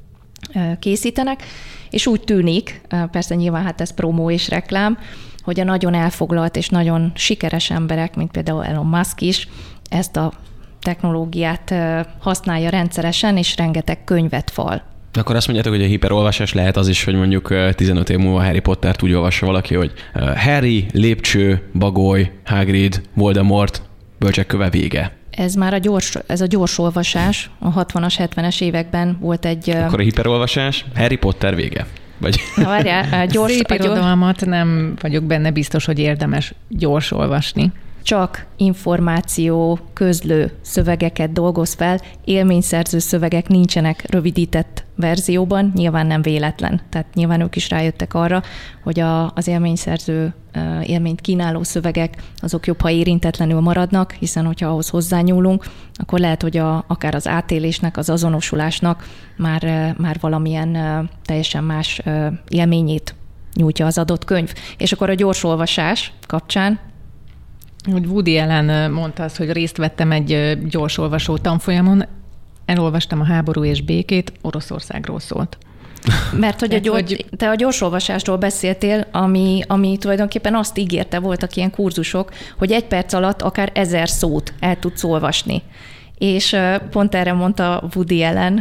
készítenek, és úgy tűnik, persze nyilván hát ez promó és reklám, hogy a nagyon elfoglalt és nagyon sikeres emberek, mint például Elon Musk is, ezt a technológiát használja rendszeresen, és rengeteg könyvet fal. Akkor azt mondjátok, hogy a hiperolvasás lehet az is, hogy mondjuk 15 év múlva Harry Pottert úgy olvassa valaki, hogy Harry, lépcső, bagoly, Hagrid, Voldemort, bölcsek köve, vége. Ez már a gyors olvasás. A 60-as, 70-es években volt egy... Akkor a hiperolvasás, Harry Potter, vége. Vagy... Szép irodalmat nem vagyok benne biztos, hogy érdemes gyors olvasni. Csak információ közlő szövegeket dolgoz fel, élményszerző szövegek nincsenek rövidített verzióban, nyilván nem véletlen. Tehát nyilván ők is rájöttek arra, hogy az élményszerző, élményt kínáló szövegek azok jobb, ha érintetlenül maradnak, hiszen hogyha ahhoz hozzányúlunk, akkor lehet, hogy akár az átélésnek, az azonosulásnak már valamilyen teljesen más élményét nyújtja az adott könyv. És akkor a gyors olvasás kapcsán, hogy Woody Allen mondta azt, hogy részt vettem egy gyorsolvasó tanfolyamon, elolvastam a Háború és békét, Oroszországról szólt. Mert hogy te a gyorsolvasásról beszéltél, ami tulajdonképpen azt ígérte, voltak ilyen kurzusok, hogy 1 perc alatt akár 1000 szót el tudsz olvasni. És pont erre mondta Woody Allen,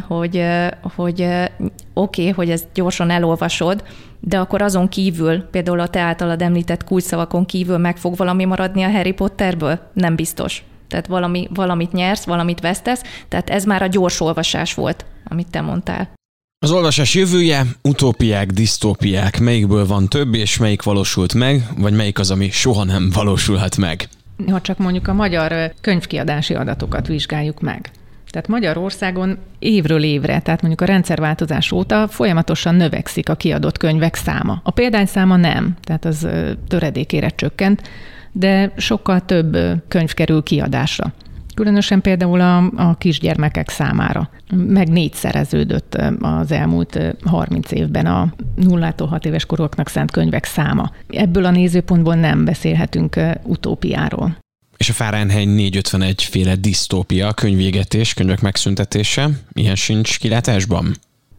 hogy oké, hogy ezt gyorsan elolvasod, de akkor azon kívül, például a te általad említett kulcsszavakon kívül meg fog valami maradni a Harry Potterből? Nem biztos. Tehát valamit nyersz, valamit vesztesz, tehát ez már a gyors olvasás volt, amit te mondtál. Az olvasás jövője, utópiák, disztópiák, melyikből van több, és melyik valósult meg, vagy melyik az, ami soha nem valósulhat meg? Ha csak mondjuk a magyar könyvkiadási adatokat vizsgáljuk meg. Tehát Magyarországon évről évre, tehát mondjuk a rendszerváltozás óta folyamatosan növekszik a kiadott könyvek száma. A példányszáma nem, tehát az töredékére csökkent, de sokkal több könyv kerül kiadásra. Különösen például a kisgyermekek számára. Meg 4-szereződött az elmúlt 30 évben a 0-6 éves korúaknak szánt könyvek száma. Ebből a nézőpontból nem beszélhetünk utópiáról. És a Fahrenheit 451 féle disztópia, könyvégetés, könyvek megszüntetése, ilyen sincs kilátásban?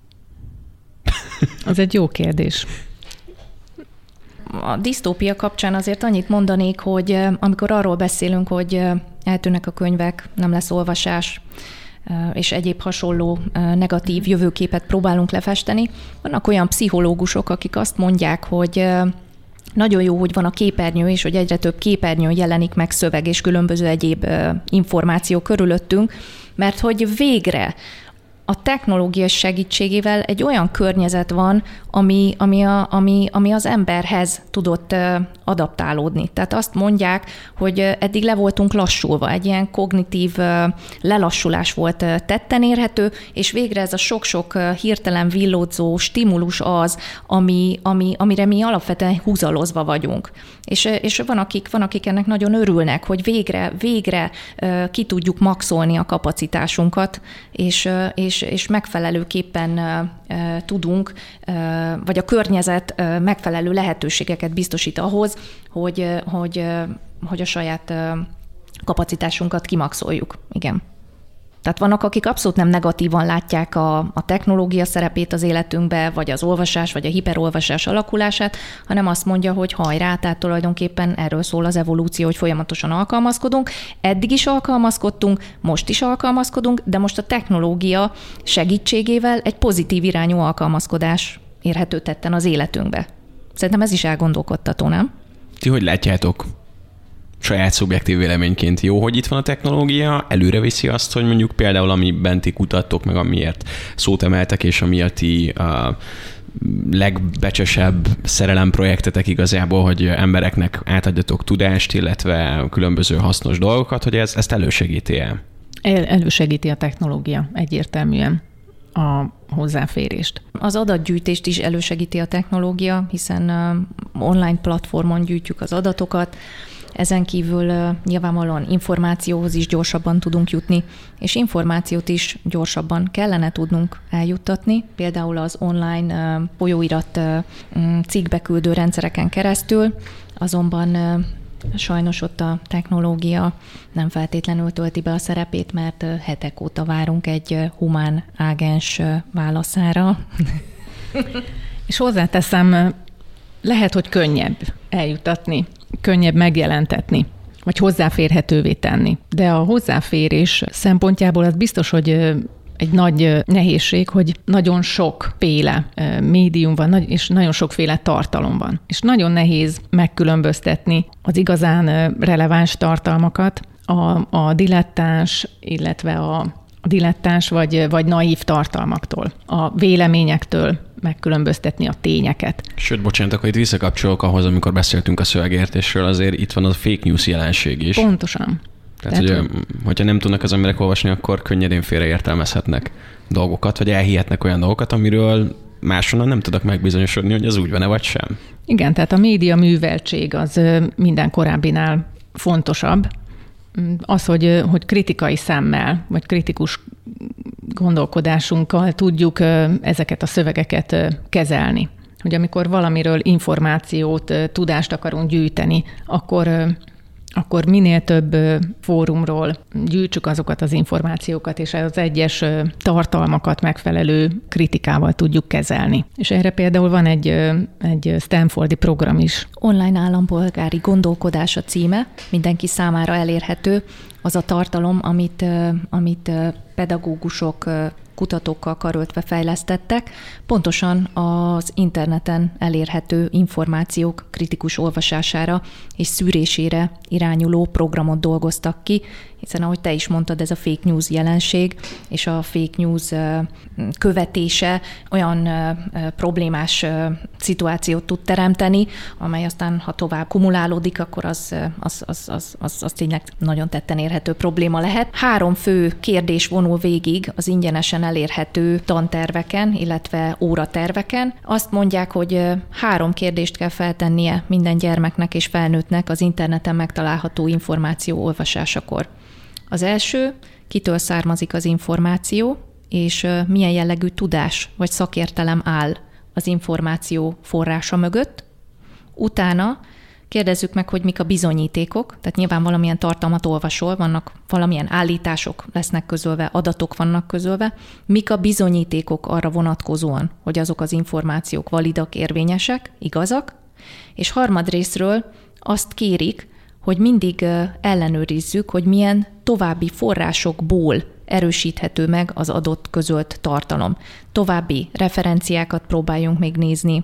Az egy jó kérdés. A disztópia kapcsán azért annyit mondanék, hogy amikor arról beszélünk, hogy eltűnnek a könyvek, nem lesz olvasás, és egyéb hasonló negatív jövőképet próbálunk lefesteni, vannak olyan pszichológusok, akik azt mondják, hogy nagyon jó, hogy van a képernyő, és hogy egyre több képernyőn jelenik meg szöveg és különböző egyéb információ körülöttünk, mert hogy végre a technológia segítségével egy olyan környezet van, ami az emberhez tudott adaptálódni. Tehát azt mondják, hogy eddig le voltunk lassulva, egy ilyen kognitív lelassulás volt tetten érhető, és végre ez a sok-sok hirtelen villódzó stimulus az, amire mi alapvetően húzalozva vagyunk. És van, akik ennek nagyon örülnek, hogy végre ki tudjuk maxolni a kapacitásunkat, és megfelelőképpen tudunk, vagy a környezet megfelelő lehetőségeket biztosít ahhoz, hogy a saját kapacitásunkat kimaxoljuk. Igen. Tehát vannak, akik abszolút nem negatívan látják a technológia szerepét az életünkbe, vagy az olvasás, vagy a hiperolvasás alakulását, hanem azt mondja, hogy hajrá, tehát tulajdonképpen erről szól az evolúció, hogy folyamatosan alkalmazkodunk. Eddig is alkalmazkodtunk, most is alkalmazkodunk, de most a technológia segítségével egy pozitív irányú alkalmazkodás érhető tetten az életünkbe. Szerintem ez is elgondolkodtató, nem? Ti hogy látjátok? Saját szubjektív véleményként jó, hogy itt van a technológia, előre viszi azt, hogy mondjuk például amiben ti kutattok, meg amiért szót emeltek, és amiért ti a legbecsesebb szerelemprojektetek igazából, hogy embereknek átadjatok tudást, illetve különböző hasznos dolgokat, hogy ezt elősegíti el? Elősegíti a technológia egyértelműen a hozzáférést. Az adatgyűjtést is elősegíti a technológia, hiszen online platformon gyűjtjük az adatokat, ezen kívül nyilvánvalóan információhoz is gyorsabban tudunk jutni, és információt is gyorsabban kellene tudnunk eljuttatni, például az online folyóirat cikkbeküldő rendszereken keresztül, azonban sajnos ott a technológia nem feltétlenül tölti be a szerepét, mert hetek óta várunk egy humán ágens válaszára. És hozzáteszem, lehet, hogy könnyebb eljutatni, könnyebb megjelentetni, vagy hozzáférhetővé tenni. De a hozzáférés szempontjából az biztos, hogy egy nagy nehézség, hogy nagyon sokféle médium van, és nagyon sokféle tartalom van. És nagyon nehéz megkülönböztetni az igazán releváns tartalmakat, a dilettáns, illetve a dilettáns vagy naív tartalmaktól, a véleményektől megkülönböztetni a tényeket. Sőt, bocsánat, akkor itt visszakapcsolok ahhoz, amikor beszéltünk a szövegértésről, azért itt van a fake news jelenség is. Pontosan. Tehát, hogyha nem tudnak az emberek olvasni, akkor könnyedén félreértelmezhetnek dolgokat, vagy elhihetnek olyan dolgokat, amiről máshonnan nem tudok megbizonyosodni, hogy az úgy van-e, vagy sem. Igen, tehát a média műveltség az minden korábbinál fontosabb. Az, hogy kritikai szemmel, vagy kritikus gondolkodásunkkal tudjuk ezeket a szövegeket kezelni. Hogy amikor valamiről információt, tudást akarunk gyűjteni, akkor minél több fórumról gyűjtsük azokat az információkat, és az egyes tartalmakat megfelelő kritikával tudjuk kezelni. És erre például van egy Stanfordi program is. Online állampolgári gondolkodás a címe, mindenki számára elérhető. Az a tartalom, amit pedagógusok, kutatókkal karöltve fejlesztettek, pontosan az interneten elérhető információk kritikus olvasására és szűrésére irányuló programot dolgoztak ki, hiszen ahogy te is mondtad, ez a fake news jelenség, és a fake news követése olyan problémás szituációt tud teremteni, amely aztán, ha tovább kumulálódik, akkor az tényleg nagyon tetten érhető probléma lehet. 3 fő kérdés vonul végig az ingyenesen elérhető tanterveken, illetve óraterveken. Azt mondják, hogy 3 kérdést kell feltennie minden gyermeknek és felnőttnek az interneten megtalálható információ olvasásakor. Az első, kitől származik az információ, és milyen jellegű tudás vagy szakértelem áll az információ forrása mögött. Utána kérdezzük meg, hogy mik a bizonyítékok, tehát nyilván valamilyen tartalmat olvasol, vannak valamilyen állítások lesznek közölve, adatok vannak közölve, mik a bizonyítékok arra vonatkozóan, hogy azok az információk validak, érvényesek, igazak, és harmadrészről azt kérik, hogy mindig ellenőrizzük, hogy milyen további forrásokból erősíthető meg az adott közölt tartalom. További referenciákat próbáljunk még nézni,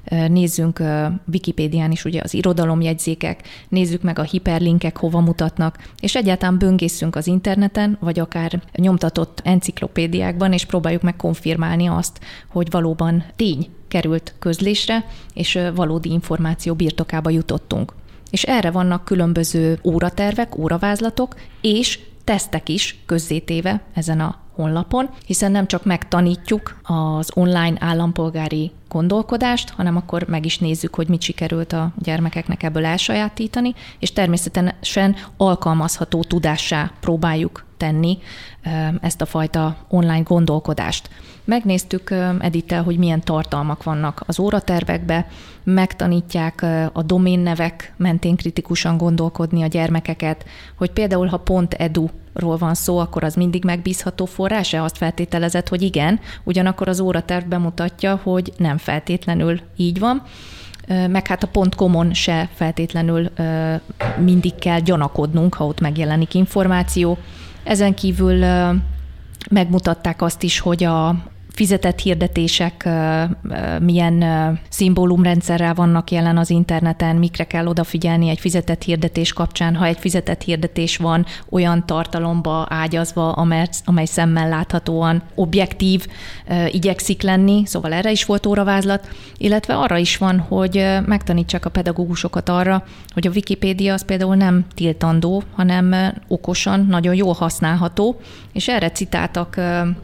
nézzünk Wikipédián is ugye az irodalomjegyzékek, nézzük meg a hiperlinkek hova mutatnak, és egyáltalán böngészünk az interneten, vagy akár nyomtatott enciklopédiákban, és próbáljuk meg konfirmálni azt, hogy valóban tény került közlésre, és valódi információ birtokába jutottunk. És erre vannak különböző óratervek, óravázlatok, és tesztek is közzétéve ezen a honlapon, hiszen nem csak megtanítjuk az online állampolgári gondolkodást, hanem akkor meg is nézzük, hogy mit sikerült a gyermekeknek ebből elsajátítani, és természetesen alkalmazható tudássá próbáljuk tenni ezt a fajta online gondolkodást. Megnéztük Edittel, hogy milyen tartalmak vannak az óratervekbe, megtanítják a doménnevek mentén kritikusan gondolkodni a gyermekeket, hogy például ha .edu-ról van szó, akkor az mindig megbízható forrás-e? Azt feltételezett, hogy igen, ugyanakkor az óraterv bemutatja, hogy nem feltétlenül így van, meg hát a .com-on se feltétlenül mindig kell gyanakodnunk, ha ott megjelenik információ. Ezen kívül megmutatták azt is, hogy a fizetett hirdetések milyen szimbólumrendszerrel vannak jelen az interneten, mikre kell odafigyelni egy fizetett hirdetés kapcsán, ha egy fizetett hirdetés van olyan tartalomba ágyazva, amely szemmel láthatóan objektív igyekszik lenni, szóval erre is volt óravázlat, illetve arra is van, hogy megtanítsák a pedagógusokat arra, hogy a Wikipédia az például nem tiltandó, hanem okosan, nagyon jól használható, és erre citáltak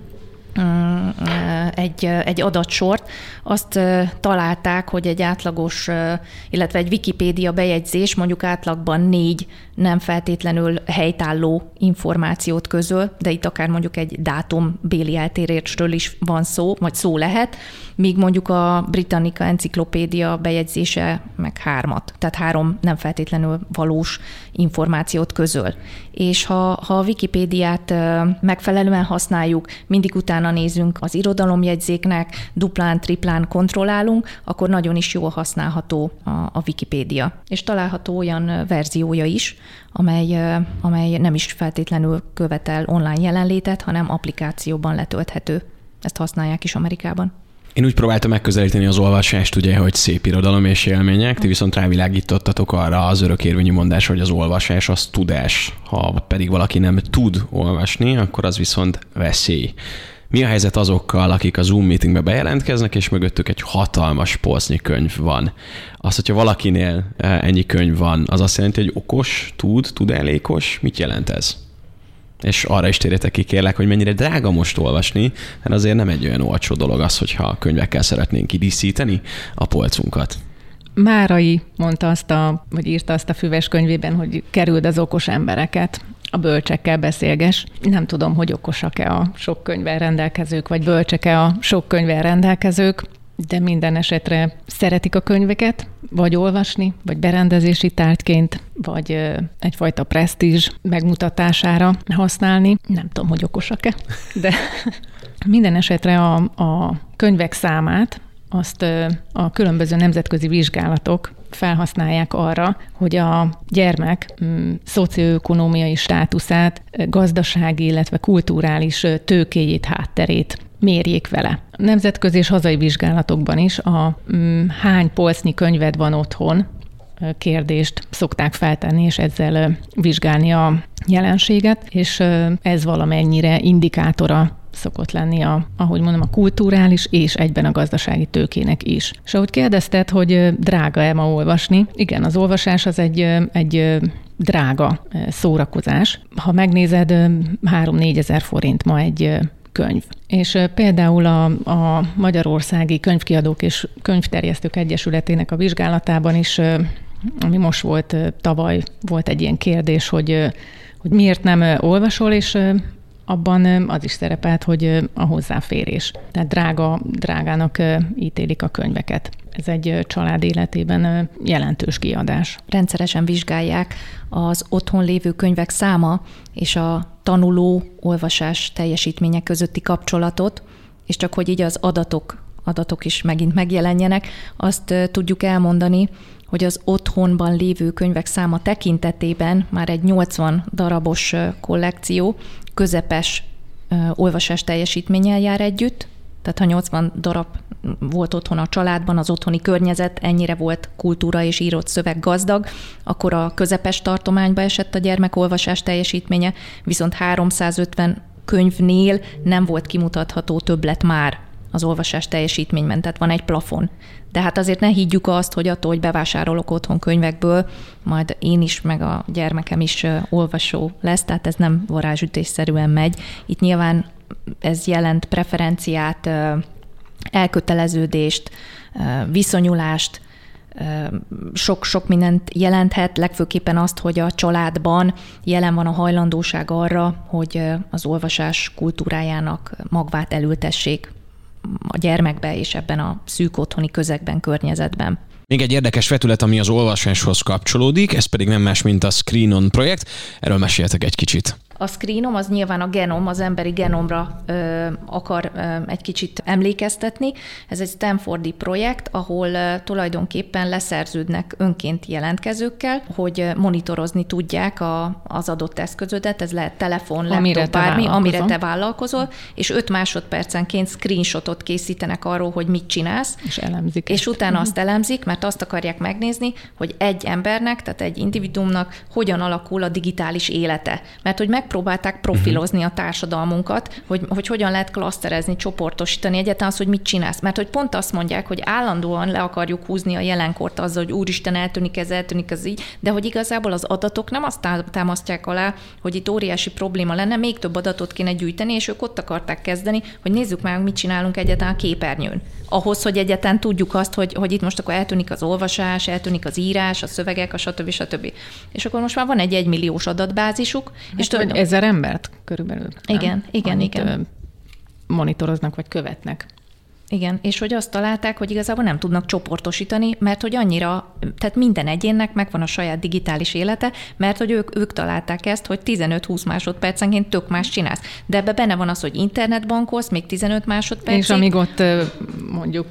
egy adatsort, azt találták, hogy egy átlagos, illetve egy Wikipédia bejegyzés mondjuk átlagban 4 nem feltétlenül helytálló információt közöl, de itt akár mondjuk egy dátumbéli eltérésről is van szó, vagy szó lehet, míg mondjuk a Britannica enciklopédia bejegyzése meg 3, tehát 3 nem feltétlenül valós információt közöl. És ha a Wikipédiát megfelelően használjuk, mindig utána nézünk az irodalomjegyzéknek, duplán, triplán kontrollálunk, akkor nagyon is jól használható a Wikipédia. És található olyan verziója is, amely nem is feltétlenül követel online jelenlétet, hanem applikációban letölthető. Ezt használják is Amerikában. Én úgy próbáltam megközelíteni az olvasást, ugye, hogy szép irodalom és élmények, ti viszont rávilágítottatok arra az örökérvényű mondás, hogy az olvasás az tudás. Ha pedig valaki nem tud olvasni, akkor az viszont veszély. Mi a helyzet azokkal, akik a Zoom meetingbe bejelentkeznek, és mögöttük egy hatalmas polcnyi könyv van? Az, hogyha valakinél ennyi könyv van, az azt jelenti, hogy okos, tudálékos? Mit jelent ez? És arra is térjetek ki, kérlek, hogy mennyire drága most olvasni, mert azért nem egy olyan olcsó dolog az, hogyha könyvekkel szeretnénk kidíszíteni a polcunkat. Márai mondta vagy írta azt a füves könyvében, hogy kerüld az okos embereket, a bölcsekkel beszélges. Nem tudom, hogy okosak-e a sok könyvvel rendelkezők, vagy bölcsek-e a sok könyvvel rendelkezők, de minden esetre szeretik a könyveket, vagy olvasni, vagy berendezési tárgyként, vagy egyfajta presztízs megmutatására használni. Nem tudom, hogy okosak-e, de minden esetre a könyvek számát azt a különböző nemzetközi vizsgálatok felhasználják arra, hogy a gyermek szocioökonómiai státuszát, gazdasági, illetve kulturális tőkéjét, hátterét mérjék vele. Nemzetközi és hazai vizsgálatokban is hány polcnyi könyved van otthon kérdést szokták feltenni, és ezzel vizsgálni a jelenséget, és ez valamennyire indikátora szokott lenni ahogy mondom, a kulturális és egyben a gazdasági tőkének is. És ahogy kérdezted, hogy drága-e ma olvasni, igen, az olvasás az egy drága szórakozás. Ha megnézed, 3-4 ezer forint ma egy könyv. És például a Magyarországi Könyvkiadók és Könyvterjesztők Egyesületének a vizsgálatában is, ami most volt, tavaly volt egy ilyen kérdés, hogy miért nem olvasol, és abban az is szerepelt, hogy a hozzáférés. Tehát drágának ítélik a könyveket. Ez egy család életében jelentős kiadás. Rendszeresen vizsgálják az otthon lévő könyvek száma és a tanuló olvasás teljesítménye közötti kapcsolatot, és csak hogy így az adatok is megint megjelenjenek, azt tudjuk elmondani, hogy az otthonban lévő könyvek száma tekintetében már egy 80 darabos kollekció közepes olvasás teljesítménnyel jár együtt, tehát ha 80 darab volt otthon a családban, az otthoni környezet ennyire volt kultúra és írott szöveg gazdag, akkor a közepes tartományba esett a gyermek olvasás teljesítménye, viszont 350 könyvnél nem volt kimutatható többlet már az olvasás teljesítményben, tehát van egy plafon. De hát azért ne higgyük azt, hogy attól, hogy bevásárolok otthon könyvekből, majd én is, meg a gyermekem is olvasó lesz, tehát ez nem varázsütésszerűen megy. Itt nyilván ez jelent preferenciát, elköteleződést, viszonyulást, sok mindent jelenthet, legfőképpen azt, hogy a családban jelen van a hajlandóság arra, hogy az olvasás kultúrájának magvát elültessék a gyermekbe és ebben a szűk otthoni közegben, környezetben. Még egy érdekes vetület, ami az olvasáshoz kapcsolódik, ez pedig nem más, mint a Screenon projekt. Erről meséljetek egy kicsit. A Screenom az nyilván a genom, az emberi genomra akar egy kicsit emlékeztetni. Ez egy stanfordi projekt, ahol tulajdonképpen leszerződnek önként jelentkezőkkel, hogy monitorozni tudják az adott eszközödet, ez lehet telefon, laptop, bármi, amire te vállalkozol, és 5 másodpercenként screenshotot készítenek arról, hogy mit csinálsz. És elemzik. És utána azt elemzik, mert azt akarják megnézni, hogy egy embernek, tehát egy individuumnak hogyan alakul a digitális élete. Mert hogy megpróbálták profilozni a társadalmunkat, hogy hogyan lehet klaszterezni, csoportosítani egyáltalán az, hogy mit csinálsz. Mert hogy pont azt mondják, hogy állandóan le akarjuk húzni a jelenkort azzal, hogy úristen, eltűnik ez így, de hogy igazából az adatok nem azt támasztják alá, hogy itt óriási probléma lenne, még több adatot kéne gyűjteni, és ők ott akarták kezdeni, hogy nézzük meg, mit csinálunk egyáltalán a képernyőn. Ahhoz, hogy egyáltalán tudjuk azt, hogy itt most akkor eltűnik az olvasás, eltűnik az írás, a szövegek, a stb. És akkor most már van egy 1 milliós adatbázisuk. És 1000 embert körülbelül. Igen. Monitoroznak vagy követnek. Igen, és hogy azt találták, hogy igazából nem tudnak csoportosítani, mert hogy annyira, tehát minden egyénnek megvan a saját digitális élete, mert hogy ők találták ezt, hogy 15-20 másodpercenként tök más csinálsz. De ebbe benne van az, hogy internetbankolsz, még 15 másodpercig. És amíg ott mondjuk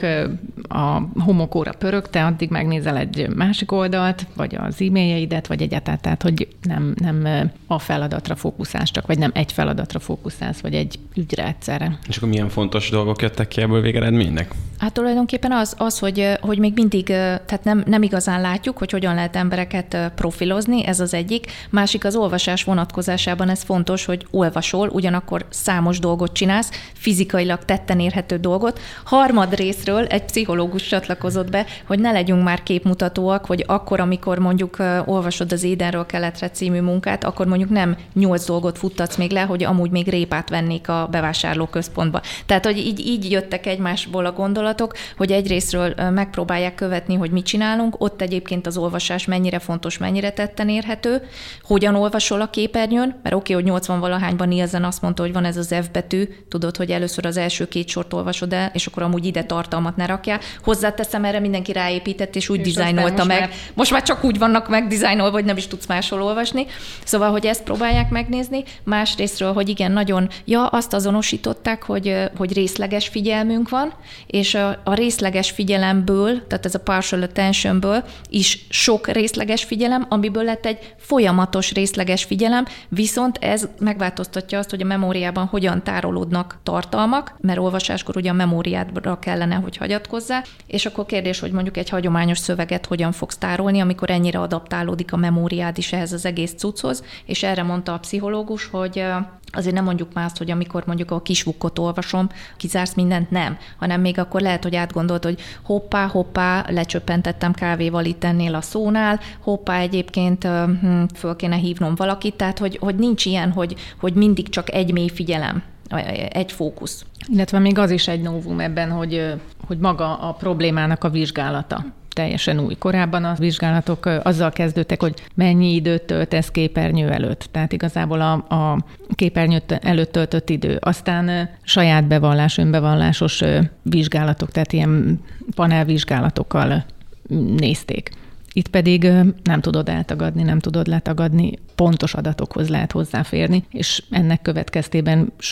a homokóra pörög, te addig megnézel egy másik oldalt, vagy az e-mailjeidet, vagy egyáltalán, tehát hogy nem a feladatra fókuszálsz csak, vagy nem egy feladatra fókuszálsz, vagy egy ügyre egyszerre. És akkor milyen fontos dolgok jöttek ki ebből végeredménynek? Hát tulajdonképpen az hogy még mindig, tehát nem igazán látjuk, hogy hogyan lehet embereket profilozni, ez az egyik. Másik az olvasás vonatkozásában ez fontos, hogy olvasol, ugyanakkor számos dolgot csinálsz, fizikailag tetten érhető dolgot. Harmadrészről egy pszichológus csatlakozott be, hogy ne legyünk már képmutatóak, hogy akkor, amikor mondjuk olvasod az Édenről keletre című munkát, akkor mondjuk nem 8 dolgot futtatsz még le, hogy amúgy még répát vennék a bevásárlóközpontba. Tehát, hogy így jöttek egymásból a gondolatok, hogy egyrészről megpróbálják követni, hogy mit csinálunk, ott egyébként az olvasás mennyire fontos, mennyire tetten érhető, hogyan olvasol a képernyőn, mert oké, hogy 80-valahányban Nielsen azt mondta, hogy van ez az F betű, tudod, hogy először az első 2 sort olvasod el, és akkor amúgy ide tartalmat ne rakjál. Hozzáteszem, erre mindenki ráépített, és úgy dizájnolta meg. Most már csak úgy vannak megdizájnolva, hogy nem is tudsz máshol olvasni. Szóval, hogy ezt próbálják megnézni. Másrészről, hogy igen, nagyon, azt azonosították, hogy részleges figyelmünk van, és a részleges figyelemből, tehát ez a partial attentionből is sok részleges figyelem, amiből lett egy folyamatos részleges figyelem, viszont ez megváltoztatja azt, hogy a memóriában hogyan tárolódnak tartalmak, mert olvasáskor ugye a memóriádra kellene, hogy hagyatkozzál, és akkor kérdés, hogy mondjuk egy hagyományos szöveget hogyan fogsz tárolni, amikor ennyire adaptálódik a memóriád is ehhez az egész cucchoz, és erre mondta a pszichológus, hogy azért nem mondjuk már azt, hogy amikor mondjuk a Kisvukkot olvasom, kizársz mindent, nem, hanem még akkor lehet, hogy átgondolt, hogy hoppá, lecsöppentettem kávéval itt ennél a szónál, hoppá, egyébként föl kéne hívnom valakit, tehát hogy nincs ilyen, hogy mindig csak egy mély figyelem, egy fókusz. Illetve még az is egy novum ebben, hogy maga a problémának a vizsgálata. Teljesen új. Korábban a vizsgálatok azzal kezdődtek, hogy mennyi időt töltesz képernyő előtt. Tehát igazából a képernyő előtt töltött idő. Aztán saját bevallás, önbevallásos vizsgálatok, tehát ilyen panelvizsgálatokkal nézték. Itt pedig nem tudod eltagadni, nem tudod letagadni, pontos adatokhoz lehet hozzáférni, és ennek következtében sokkal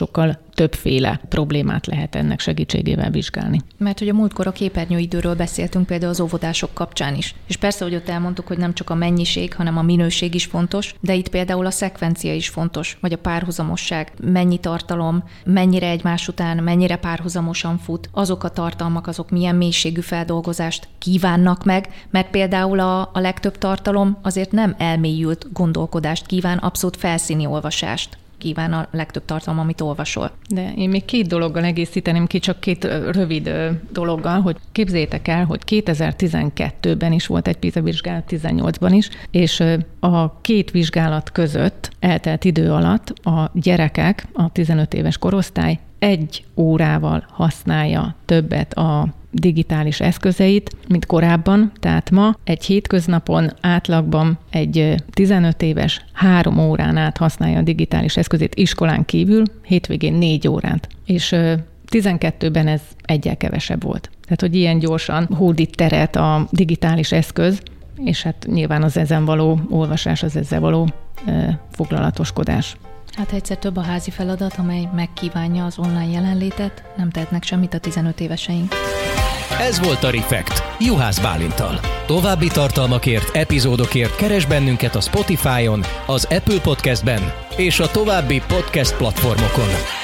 többféle problémát lehet ennek segítségével vizsgálni. Mert hogy a múltkor a képernyőidőről beszéltünk például az óvodások kapcsán is. És persze, hogy ott elmondtuk, hogy nem csak a mennyiség, hanem a minőség is fontos, de itt például a szekvencia is fontos, vagy a párhuzamosság, mennyi tartalom, mennyire egymás után, mennyire párhuzamosan fut, azok a tartalmak, azok milyen mélységű feldolgozást kívánnak meg, mert például a legtöbb tartalom azért nem elmélyült gondolkodást kíván, abszolút felszíni olvasást kíván a legtöbb tartalom, amit olvasol. De én még 2 dologgal egészíteném ki, csak 2 rövid dologgal, hogy képzeljétek el, hogy 2012-ben is volt egy PISA vizsgálat, 18-ban is, és a 2 vizsgálat között eltelt idő alatt a gyerekek, a 15 éves korosztály 1 órával használja többet a digitális eszközeit, mint korábban, tehát ma egy hétköznapon átlagban egy 15 éves 3 órán át használja a digitális eszközét iskolán kívül, hétvégén 4 órát. És 12-ben ez egyel kevesebb volt. Tehát, hogy ilyen gyorsan hódít teret a digitális eszköz, és hát nyilván az ezen való olvasás, az ezzel való foglalatoskodás. Hát egyszer több a házi feladat, amely megkívánja az online jelenlétet, nem tehetnek semmit a 15 éveseink. Ez volt a Refekt Juhász Bálinttal. További tartalmakért, epizódokért keresd bennünket a Spotify-on, az Apple Podcastben és a további podcast platformokon.